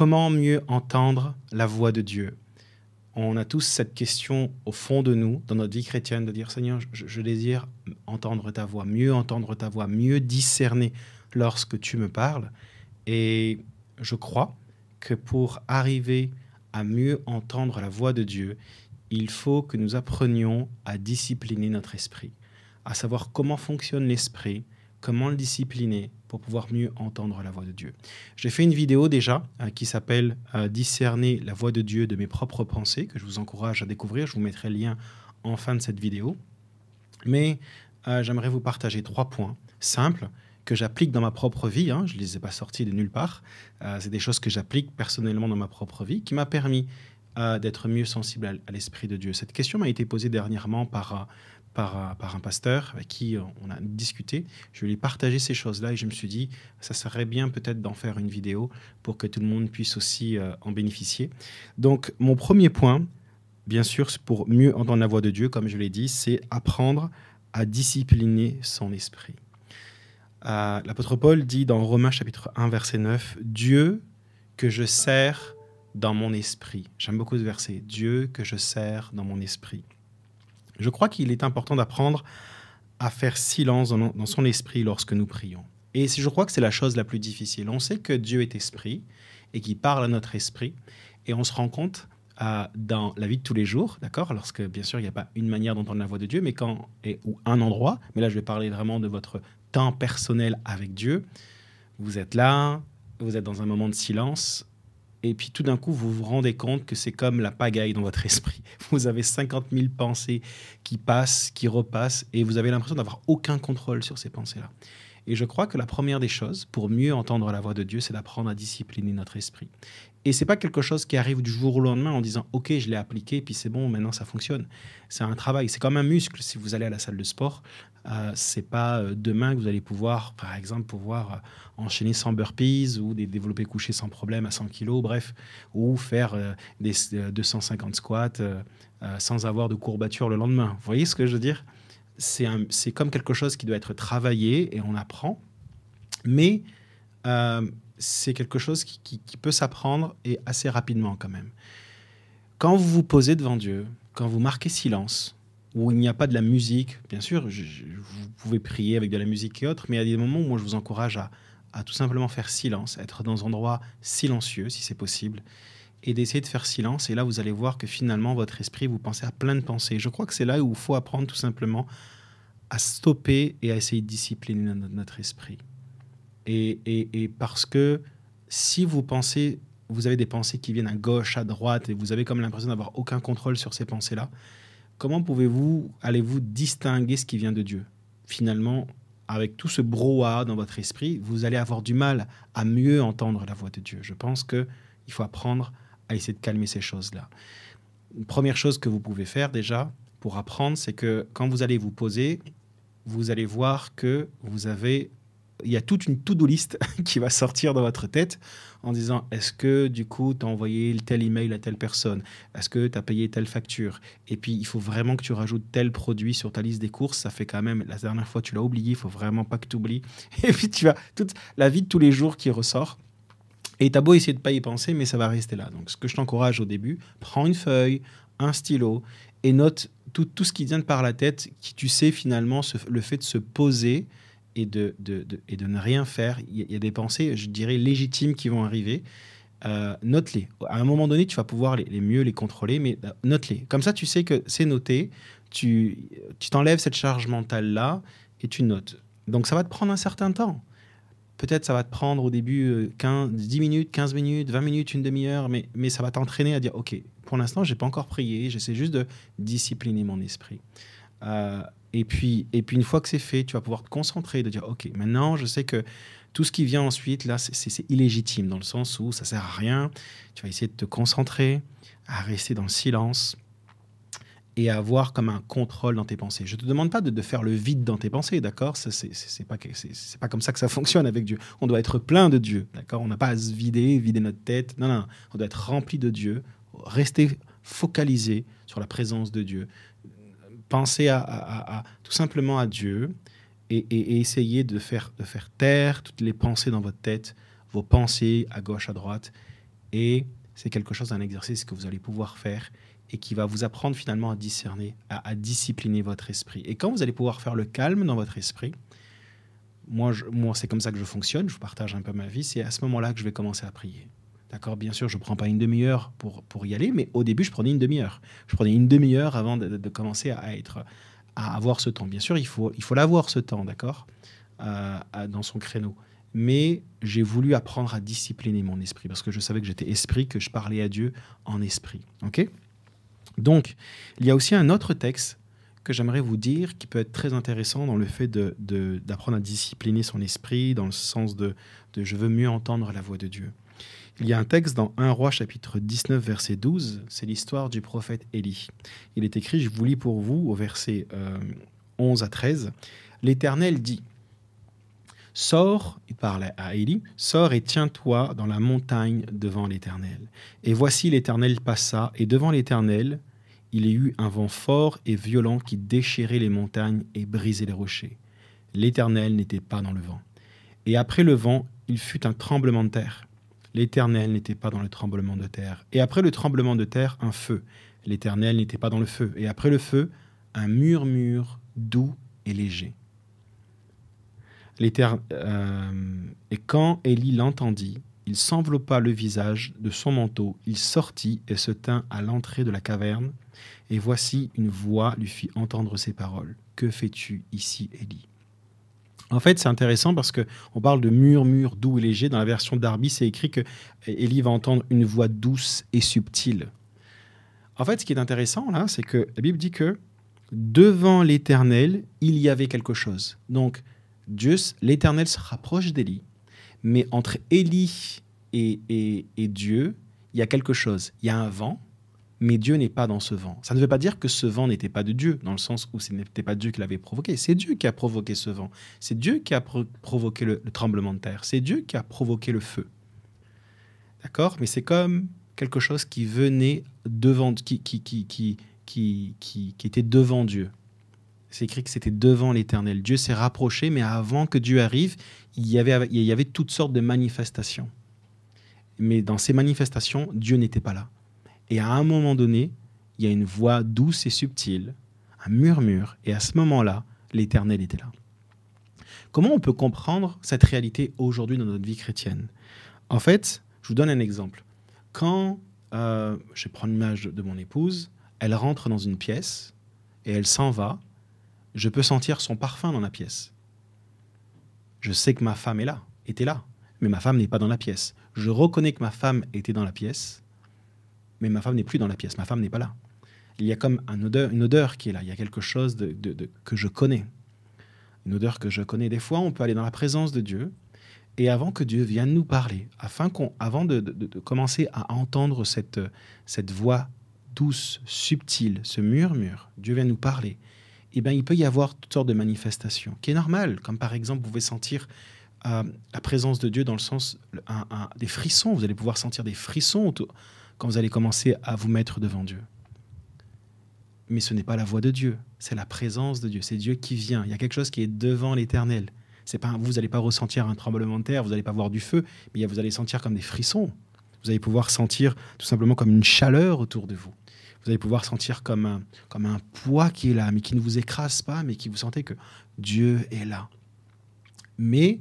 Comment mieux entendre la voix de Dieu? On a tous cette question au fond de nous, dans notre vie chrétienne, de dire Seigneur, je désire entendre ta voix, mieux discerner lorsque tu me parles. Et je crois que pour arriver à mieux entendre la voix de Dieu, il faut que nous apprenions à discipliner notre esprit, à savoir comment fonctionne l'esprit, comment le discipliner pour pouvoir mieux entendre la voix de Dieu. J'ai fait une vidéo déjà qui s'appelle Discerner la voix de Dieu de mes propres pensées, que je vous encourage à découvrir. Je vous mettrai le lien en fin de cette vidéo. Mais j'aimerais vous partager 3 points simples que j'applique dans ma propre vie. Je ne les ai pas sortis de nulle part. C'est des choses que j'applique personnellement dans ma propre vie, qui m'a permis d'être mieux sensible à l'Esprit de Dieu. Cette question m'a été posée dernièrement par un pasteur avec qui on a discuté. Je lui ai partagé ces choses-là et je me suis dit, ça serait bien peut-être d'en faire une vidéo pour que tout le monde puisse aussi en bénéficier. Donc, mon premier point, bien sûr, pour mieux entendre la voix de Dieu, comme je l'ai dit, c'est apprendre à discipliner son esprit. L'apôtre Paul dit dans Romains chapitre 1, verset 9, « Dieu que je sers dans mon esprit ». J'aime beaucoup ce verset, « Dieu que je sers dans mon esprit ». Je crois qu'il est important d'apprendre à faire silence dans son esprit lorsque nous prions. Et je crois que c'est la chose la plus difficile. On sait que Dieu est esprit et qu'il parle à notre esprit. Et on se rend compte dans la vie de tous les jours, d'accord, lorsque, bien sûr, il n'y a pas une manière d'entendre la voix de Dieu, mais ou un endroit. Mais là, je vais parler vraiment de votre temps personnel avec Dieu. Vous êtes là, vous êtes dans un moment de silence. Et puis tout d'un coup, vous vous rendez compte que c'est comme la pagaille dans votre esprit. Vous avez 50 000 pensées qui passent, qui repassent, et vous avez l'impression d'avoir aucun contrôle sur ces pensées-là. Et je crois que la première des choses, pour mieux entendre la voix de Dieu, c'est d'apprendre à discipliner notre esprit. Et ce n'est pas quelque chose qui arrive du jour au lendemain en disant « Ok, je l'ai appliqué, puis c'est bon, maintenant ça fonctionne ». C'est un travail, c'est comme un muscle. Si vous allez à la salle de sport, ce n'est pas demain que vous allez pouvoir, par exemple, enchaîner 100 burpees ou des développés couchés sans problème à 100 kilos, bref, ou faire des 250 squats sans avoir de courbature le lendemain. Vous voyez ce que je veux dire ? C'est comme quelque chose qui doit être travaillé et on apprend, mais c'est quelque chose qui peut s'apprendre et assez rapidement quand même. Quand vous vous posez devant Dieu, quand vous marquez silence, où il n'y a pas de la musique, bien sûr, vous pouvez prier avec de la musique et autres, mais il y a des moments où moi je vous encourage à tout simplement faire silence, à être dans un endroit silencieux si c'est possible, et d'essayer de faire silence. Et là, vous allez voir que finalement, votre esprit, vous pensez à plein de pensées. Je crois que c'est là où il faut apprendre tout simplement à stopper et à essayer de discipliner notre esprit. Et parce que si vous avez des pensées qui viennent à gauche, à droite, et vous avez comme l'impression d'avoir aucun contrôle sur ces pensées-là, comment allez-vous distinguer ce qui vient de Dieu ? Finalement, avec tout ce brouhaha dans votre esprit, vous allez avoir du mal à mieux entendre la voix de Dieu. Je pense qu'il faut apprendre à essayer de calmer ces choses-là. Une première chose que vous pouvez faire déjà pour apprendre, c'est que quand vous allez vous poser, vous allez voir que il y a toute une to-do list qui va sortir dans votre tête en disant est-ce que du coup tu as envoyé tel email à telle personne, est-ce que tu as payé telle facture, et puis il faut vraiment que tu rajoutes tel produit sur ta liste des courses, ça fait quand même, la dernière fois tu l'as oublié, il faut vraiment pas que tu oublies, et puis tu as toute la vie de tous les jours qui ressort. Et tu as beau essayer de ne pas y penser, mais ça va rester là. Donc, ce que je t'encourage au début, prends une feuille, un stylo et note tout ce qui vient de par la tête, qui tu sais finalement, le fait de se poser et de ne rien faire. Il y a des pensées, je dirais, légitimes qui vont arriver. Note-les. À un moment donné, tu vas pouvoir mieux les contrôler, mais note-les. Comme ça, tu sais que c'est noté. Tu t'enlèves cette charge mentale-là et tu notes. Donc, ça va te prendre un certain temps. Peut-être ça va te prendre au début 10 minutes, 15 minutes, 20 minutes, une demi-heure, mais ça va t'entraîner à dire « Ok, pour l'instant, je n'ai pas encore prié, j'essaie juste de discipliner mon esprit. » Et puis, une fois que c'est fait, tu vas pouvoir te concentrer, de dire « Ok, maintenant, je sais que tout ce qui vient ensuite, là, c'est illégitime, dans le sens où ça ne sert à rien. » Tu vas essayer de te concentrer, à rester dans le silence et à avoir comme un contrôle dans tes pensées. Je ne te demande pas de faire le vide dans tes pensées, d'accord ? C'est pas comme ça que ça fonctionne avec Dieu. On doit être plein de Dieu, d'accord ? On n'a pas à se vider notre tête. Non. On doit être rempli de Dieu, rester focalisé sur la présence de Dieu. Penser tout simplement à Dieu et essayer de faire taire toutes les pensées dans votre tête, vos pensées à gauche, à droite, Et c'est quelque chose, un exercice que vous allez pouvoir faire et qui va vous apprendre finalement à discerner, à discipliner votre esprit. Et quand vous allez pouvoir faire le calme dans votre esprit, moi c'est comme ça que je fonctionne, je vous partage un peu ma vie, c'est à ce moment-là que je vais commencer à prier. D'accord, bien sûr, je ne prends pas une demi-heure pour y aller, mais au début, je prenais une demi-heure. Je prenais une demi-heure avant de commencer à avoir ce temps. Bien sûr, il faut l'avoir, ce temps, d'accord, dans son créneau. Mais j'ai voulu apprendre à discipliner mon esprit, parce que je savais que j'étais esprit, que je parlais à Dieu en esprit. Ok ? Donc, il y a aussi un autre texte que j'aimerais vous dire qui peut être très intéressant dans le fait d'apprendre à discipliner son esprit, dans le sens de je veux mieux entendre la voix de Dieu. Il y a un texte dans 1 Roi chapitre 19 verset 12, c'est l'histoire du prophète Élie. Il est écrit, je vous lis pour vous au verset 11 à 13, « L'Éternel dit, sors, il parle à Élie, sors et tiens-toi dans la montagne devant l'Éternel. Et voici l'Éternel passa, et devant l'Éternel, il y eut un vent fort et violent qui déchirait les montagnes et brisait les rochers. L'Éternel n'était pas dans le vent. Et après le vent, il fut un tremblement de terre. L'Éternel n'était pas dans le tremblement de terre. Et après le tremblement de terre, un feu. L'Éternel n'était pas dans le feu. Et après le feu, un murmure doux et léger. Et quand Élie l'entendit, il s'enveloppa le visage de son manteau, il sortit et se tint à l'entrée de la caverne. Et voici une voix lui fit entendre ces paroles. « Que fais-tu ici, Élie ?» En fait, c'est intéressant parce qu'on parle de murmure doux et léger. Dans la version Darby, c'est écrit que Élie va entendre une voix douce et subtile. En fait, ce qui est intéressant, là, c'est que la Bible dit que devant l'Éternel, il y avait quelque chose. Donc, l'Éternel se rapproche d'Élie, mais entre Élie et Dieu, il y a quelque chose. Il y a un vent, mais Dieu n'est pas dans ce vent. Ça ne veut pas dire que ce vent n'était pas de Dieu, dans le sens où ce n'était pas Dieu qui l'avait provoqué. C'est Dieu qui a provoqué ce vent. C'est Dieu qui a provoqué le tremblement de terre. C'est Dieu qui a provoqué le feu. D'accord ? Mais c'est comme quelque chose qui venait devant, qui était devant Dieu. C'est écrit que c'était devant l'Éternel. Dieu s'est rapproché, mais avant que Dieu arrive, il y avait toutes sortes de manifestations. Mais dans ces manifestations, Dieu n'était pas là. Et à un moment donné, il y a une voix douce et subtile, un murmure, et à ce moment-là, l'Éternel était là. Comment on peut comprendre cette réalité aujourd'hui dans notre vie chrétienne ? En fait, je vous donne un exemple. Quand, je prends l'image de mon épouse, elle rentre dans une pièce et elle s'en va, je peux sentir son parfum dans la pièce. Je sais que ma femme était là, mais ma femme n'est pas dans la pièce. Je reconnais que ma femme était dans la pièce, mais ma femme n'est plus dans la pièce, ma femme n'est pas là. Il y a comme une odeur qui est là, il y a quelque chose que je connais. Une odeur que je connais. Des fois, on peut aller dans la présence de Dieu, et avant que Dieu vienne nous parler, avant de commencer à entendre cette voix douce, subtile, ce murmure, Dieu vient nous parler, eh bien, il peut y avoir toutes sortes de manifestations, qui est normal, comme par exemple, vous pouvez sentir la présence de Dieu dans le sens des frissons, vous allez pouvoir sentir des frissons quand vous allez commencer à vous mettre devant Dieu. Mais ce n'est pas la voix de Dieu, c'est la présence de Dieu. C'est Dieu qui vient. Il y a quelque chose qui est devant l'Éternel. Vous n'allez pas ressentir un tremblement de terre, vous n'allez pas voir du feu, mais vous allez sentir comme des frissons. Vous allez pouvoir sentir tout simplement comme une chaleur autour de vous. Vous allez pouvoir sentir comme un poids qui est là, mais qui ne vous écrase pas, mais qui vous sentez que Dieu est là. Mais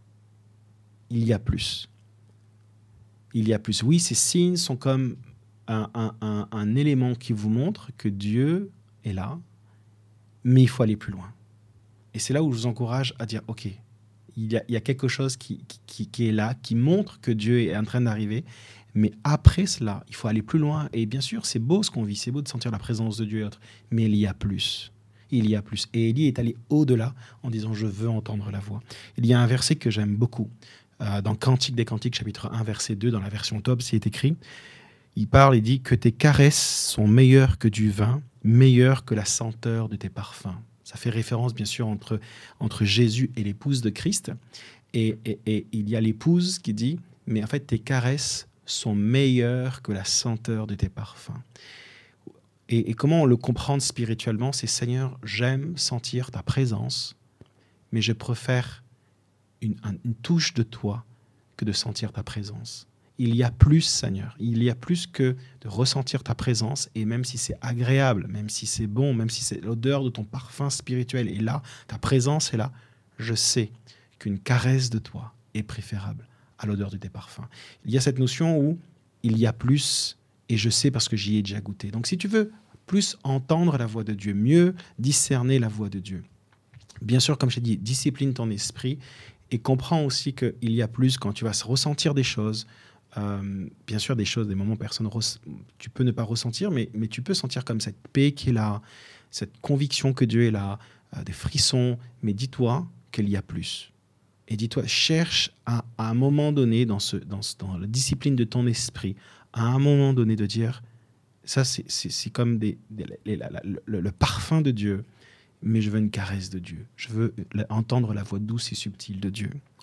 il y a plus. Il y a plus. Oui, ces signes sont comme un élément qui vous montre que Dieu est là, mais il faut aller plus loin. Et c'est là où je vous encourage à dire, OK, il y a quelque chose qui est là, qui montre que Dieu est en train d'arriver, mais après cela, il faut aller plus loin. Et bien sûr, c'est beau ce qu'on vit, c'est beau de sentir la présence de Dieu et autres, mais il y a plus. Il y a plus. Et Élie est allé au-delà en disant, je veux entendre la voix. Il y a un verset que j'aime beaucoup. Dans Cantique des Cantiques, chapitre 1, verset 2, dans la version Tob, c'est écrit, il parle et dit que tes caresses sont meilleures que du vin, meilleures que la senteur de tes parfums. Ça fait référence, bien sûr, entre Jésus et l'épouse de Christ. Et il y a l'épouse qui dit, mais en fait, tes caresses sont meilleures que la senteur de tes parfums. Et comment on le comprend spirituellement, c'est Seigneur, j'aime sentir ta présence, mais je préfère une touche de toi que de sentir ta présence. il y a plus, Seigneur. Il y a plus que de ressentir ta présence, et même si c'est agréable, même si c'est bon, même si c'est l'odeur de ton parfum spirituel est là, ta présence est là, je sais qu'une caresse de toi est préférable à l'odeur de tes parfums. Il y a cette notion où il y a plus, et je sais parce que j'y ai déjà goûté. Donc si tu veux plus entendre la voix de Dieu, mieux discerner la voix de Dieu, bien sûr, comme je t'ai dit, discipline ton esprit et comprends aussi qu'il y a plus quand tu vas ressentir des choses. Bien sûr, des choses, des moments personne tu peux ne pas ressentir, mais tu peux sentir comme cette paix qui est là, cette conviction que Dieu est là, des frissons, mais dis-toi qu'il y a plus. Et dis-toi, cherche à un moment donné, dans la discipline de ton esprit, à un moment donné de dire, ça c'est comme le parfum de Dieu, mais je veux une caresse de Dieu. Je veux entendre la voix douce et subtile de Dieu. Ok ?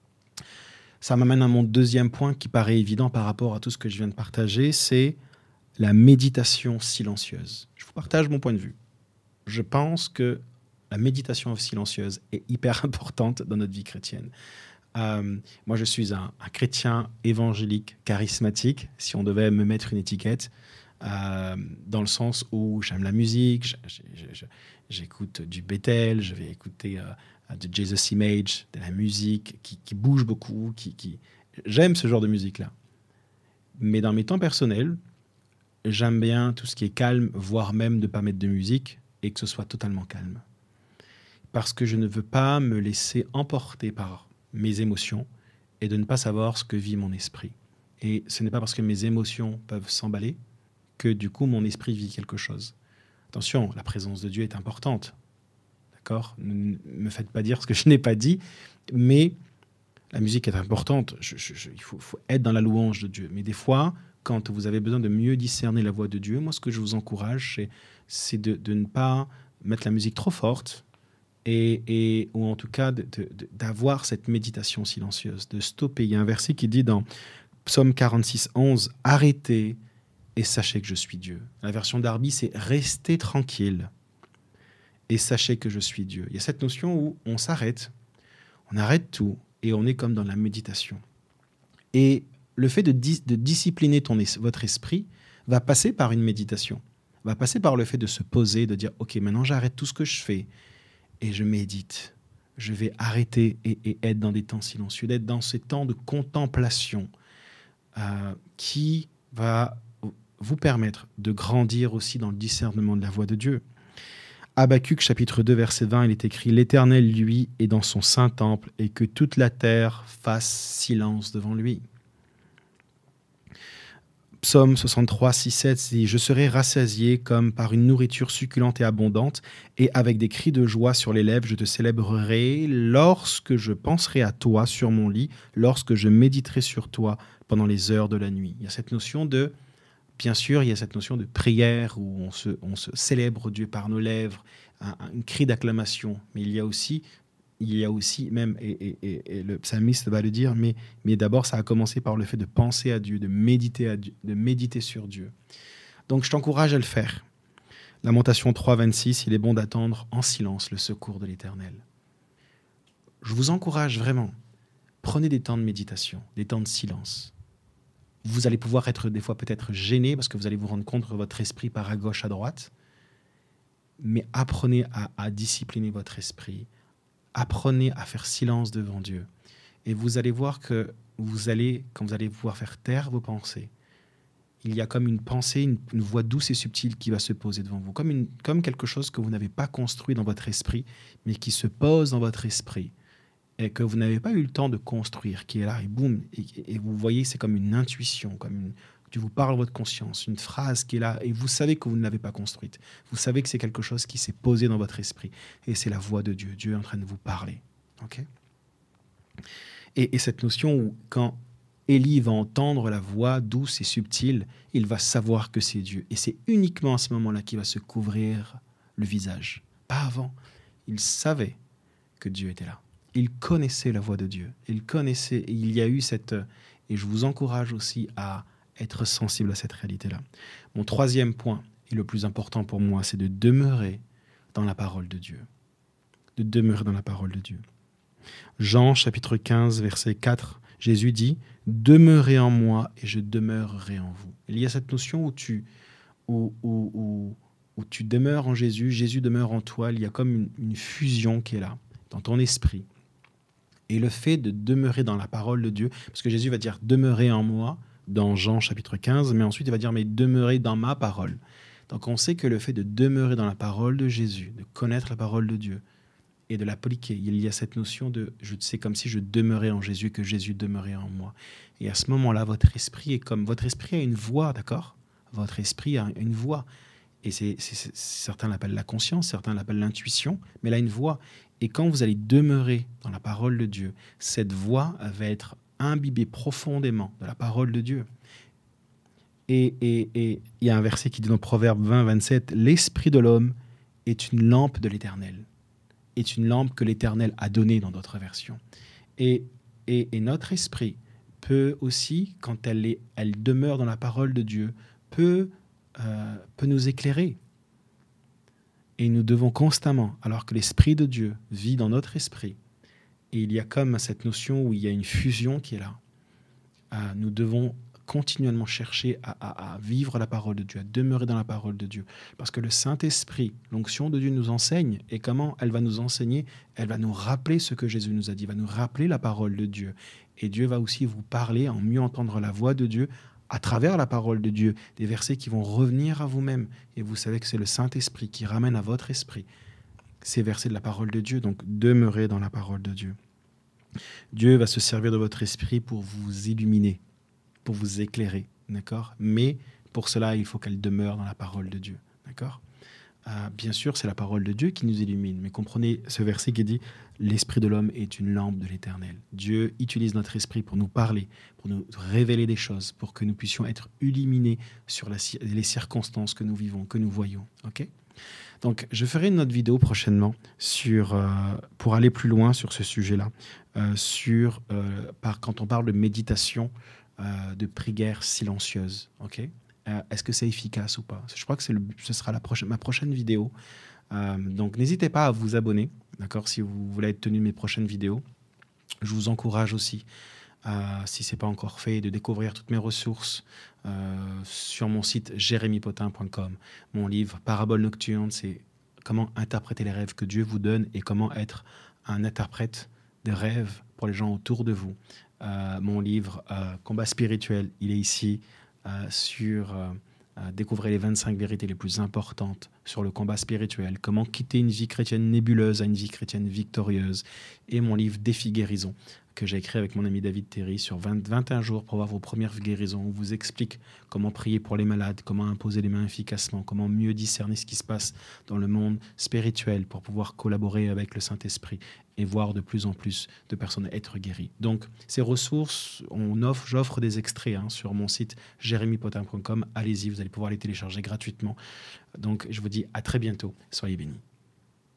Ça m'amène à mon deuxième point qui paraît évident par rapport à tout ce que je viens de partager, c'est la méditation silencieuse. Je vous partage mon point de vue. Je pense que la méditation silencieuse est hyper importante dans notre vie chrétienne. Moi, je suis un chrétien évangélique charismatique, si on devait me mettre une étiquette, dans le sens où j'aime la musique, j'écoute du Bethel, je vais écouter de Jesus Image, de la musique qui bouge beaucoup, j'aime ce genre de musique-là. Mais dans mes temps personnels, j'aime bien tout ce qui est calme, voire même de ne pas mettre de musique et que ce soit totalement calme. Parce que je ne veux pas me laisser emporter par mes émotions et de ne pas savoir ce que vit mon esprit. Et ce n'est pas parce que mes émotions peuvent s'emballer que du coup mon esprit vit quelque chose. Attention, la présence de Dieu est importante. D'accord ? Ne me faites pas dire ce que je n'ai pas dit, mais la musique est importante. Il faut être dans la louange de Dieu. Mais des fois, quand vous avez besoin de mieux discerner la voix de Dieu, moi, ce que je vous encourage, c'est de ne pas mettre la musique trop forte, ou en tout cas d'avoir cette méditation silencieuse, de stopper. Il y a un verset qui dit dans Psaume 46, 11, « Arrêtez et sachez que je suis Dieu ». La version d'Arby, c'est « Restez tranquille et sachez que je suis Dieu ». Il y a cette notion où on s'arrête, on arrête tout, et on est comme dans la méditation. Et le fait de discipliner votre esprit va passer par une méditation, va passer par le fait de se poser, de dire « Ok, maintenant j'arrête tout ce que je fais et je médite. Je vais arrêter et être dans des temps silencieux, d'être dans ces temps de contemplation qui va vous permettre de grandir aussi dans le discernement de la voix de Dieu. Habakkuk, chapitre 2, verset 20, il est écrit « L'Éternel, lui, est dans son saint temple, et que toute la terre fasse silence devant lui. » Psaume 63, 6, 7 dit « Je serai rassasié comme par une nourriture succulente et abondante, et avec des cris de joie sur les lèvres, je te célébrerai lorsque je penserai à toi sur mon lit, lorsque je méditerai sur toi pendant les heures de la nuit. » Il y a cette notion de... Bien sûr, il y a cette notion de prière où on se célèbre Dieu par nos lèvres, un cri d'acclamation. Mais il y a aussi même, et le psalmiste va le dire, mais d'abord, ça a commencé par le fait de penser à Dieu, de méditer sur Dieu. Donc, je t'encourage à le faire. Lamentation 3, 26, il est bon d'attendre en silence le secours de l'Éternel. Je vous encourage vraiment, prenez des temps de méditation, des temps de silence. Vous allez pouvoir être des fois peut-être gêné parce que vous allez vous rendre compte que votre esprit part à gauche, à droite. Mais apprenez à discipliner votre esprit. Apprenez à faire silence devant Dieu. Et vous allez voir que quand vous allez pouvoir faire taire vos pensées, il y a comme une pensée, une voix douce et subtile qui va se poser devant vous. Comme quelque chose que vous n'avez pas construit dans votre esprit, mais qui se pose dans votre esprit. Et que vous n'avez pas eu le temps de construire, qui est là, et boum, et vous voyez, c'est comme une intuition, tu vous parles votre conscience, une phrase qui est là, et vous savez que vous ne l'avez pas construite. Vous savez que c'est quelque chose qui s'est posé dans votre esprit, et c'est la voix de Dieu. Dieu est en train de vous parler. Okay ? Et cette notion où, quand Élie va entendre la voix douce et subtile, il va savoir que c'est Dieu. Et c'est uniquement à ce moment-là qu'il va se couvrir le visage. Pas avant. Il savait que Dieu était là. Il connaissait la voix de Dieu. Il y a eu et je vous encourage aussi à être sensible à cette réalité-là. Mon troisième point, et le plus important pour moi, c'est de demeurer dans la parole de Dieu. De demeurer dans la parole de Dieu. Jean, chapitre 15, verset 4, Jésus dit « Demeurez en moi et je demeurerai en vous ». Il y a cette notion où tu demeures en Jésus, Jésus demeure en toi. Il y a comme une fusion qui est là, dans ton esprit. Et le fait de demeurer dans la parole de Dieu, parce que Jésus va dire « Demeurez en moi » dans Jean chapitre 15, mais ensuite il va dire « Mais demeurez dans ma parole ». Donc on sait que le fait de demeurer dans la parole de Jésus, de connaître la parole de Dieu et de l'appliquer, il y a cette notion de c'est comme si je demeurais en Jésus, que Jésus demeurait en moi. Et à ce moment-là, votre esprit a une voix, d'accord? Votre esprit a une voix. Et certains l'appellent la conscience, certains l'appellent l'intuition, mais elle a une voix. Et quand vous allez demeurer dans la parole de Dieu, cette voix va être imbibée profondément de la parole de Dieu. Et il y a un verset qui dit dans Proverbe 20, 27, « L'esprit de l'homme est une lampe de l'Éternel. » Est une lampe que l'Éternel a donnée dans d'autres versions. Et notre esprit peut aussi, quand elle demeure dans la parole de Dieu, peut nous éclairer. Et nous devons constamment, alors que l'Esprit de Dieu vit dans notre esprit, et il y a comme cette notion où il y a une fusion qui est là, nous devons continuellement chercher à vivre la parole de Dieu, à demeurer dans la parole de Dieu. Parce que le Saint-Esprit, l'onction de Dieu nous enseigne. Et comment elle va nous enseigner? Elle va nous rappeler ce que Jésus nous a dit, va nous rappeler la parole de Dieu. Et Dieu va aussi vous parler, en mieux entendre la voix de Dieu, à travers la parole de Dieu, des versets qui vont revenir à vous-même. Et vous savez que c'est le Saint-Esprit qui ramène à votre esprit ces versets de la parole de Dieu. Donc, demeurez dans la parole de Dieu. Dieu va se servir de votre esprit pour vous illuminer, pour vous éclairer, d'accord? Mais pour cela, il faut qu'elle demeure dans la parole de Dieu, d'accord? Bien sûr, c'est la parole de Dieu qui nous illumine, mais comprenez ce verset qui dit « L'esprit de l'homme est une lampe de l'Éternel ». Dieu utilise notre esprit pour nous parler, pour nous révéler des choses, pour que nous puissions être illuminés sur les circonstances que nous vivons, que nous voyons, ok? Donc, je ferai une autre vidéo prochainement pour aller plus loin sur ce sujet-là, quand on parle de méditation, de prière silencieuse, ok? Est-ce que c'est efficace ou pas? Je crois que ce sera ma prochaine vidéo. Donc, n'hésitez pas à vous abonner, d'accord? Si vous voulez être tenu de mes prochaines vidéos. Je vous encourage aussi, si ce n'est pas encore fait, de découvrir toutes mes ressources sur mon site jeremypotin.com. Mon livre Paraboles nocturnes, c'est comment interpréter les rêves que Dieu vous donne et comment être un interprète des rêves pour les gens autour de vous. Mon livre Combat spirituel, il est ici sur découvrir les 25 vérités les plus importantes sur le combat spirituel, comment quitter une vie chrétienne nébuleuse à une vie chrétienne victorieuse, et mon livre Défi guérison que j'ai écrit avec mon ami David Terry sur 21 jours pour avoir vos premières guérisons. On vous explique comment prier pour les malades, comment imposer les mains efficacement, comment mieux discerner ce qui se passe dans le monde spirituel pour pouvoir collaborer avec le Saint-Esprit et voir de plus en plus de personnes être guéries. Donc, ces ressources, j'offre des extraits sur mon site jeremypotin.com. Allez-y, vous allez pouvoir les télécharger gratuitement. Donc, je vous dis à très bientôt. Soyez bénis.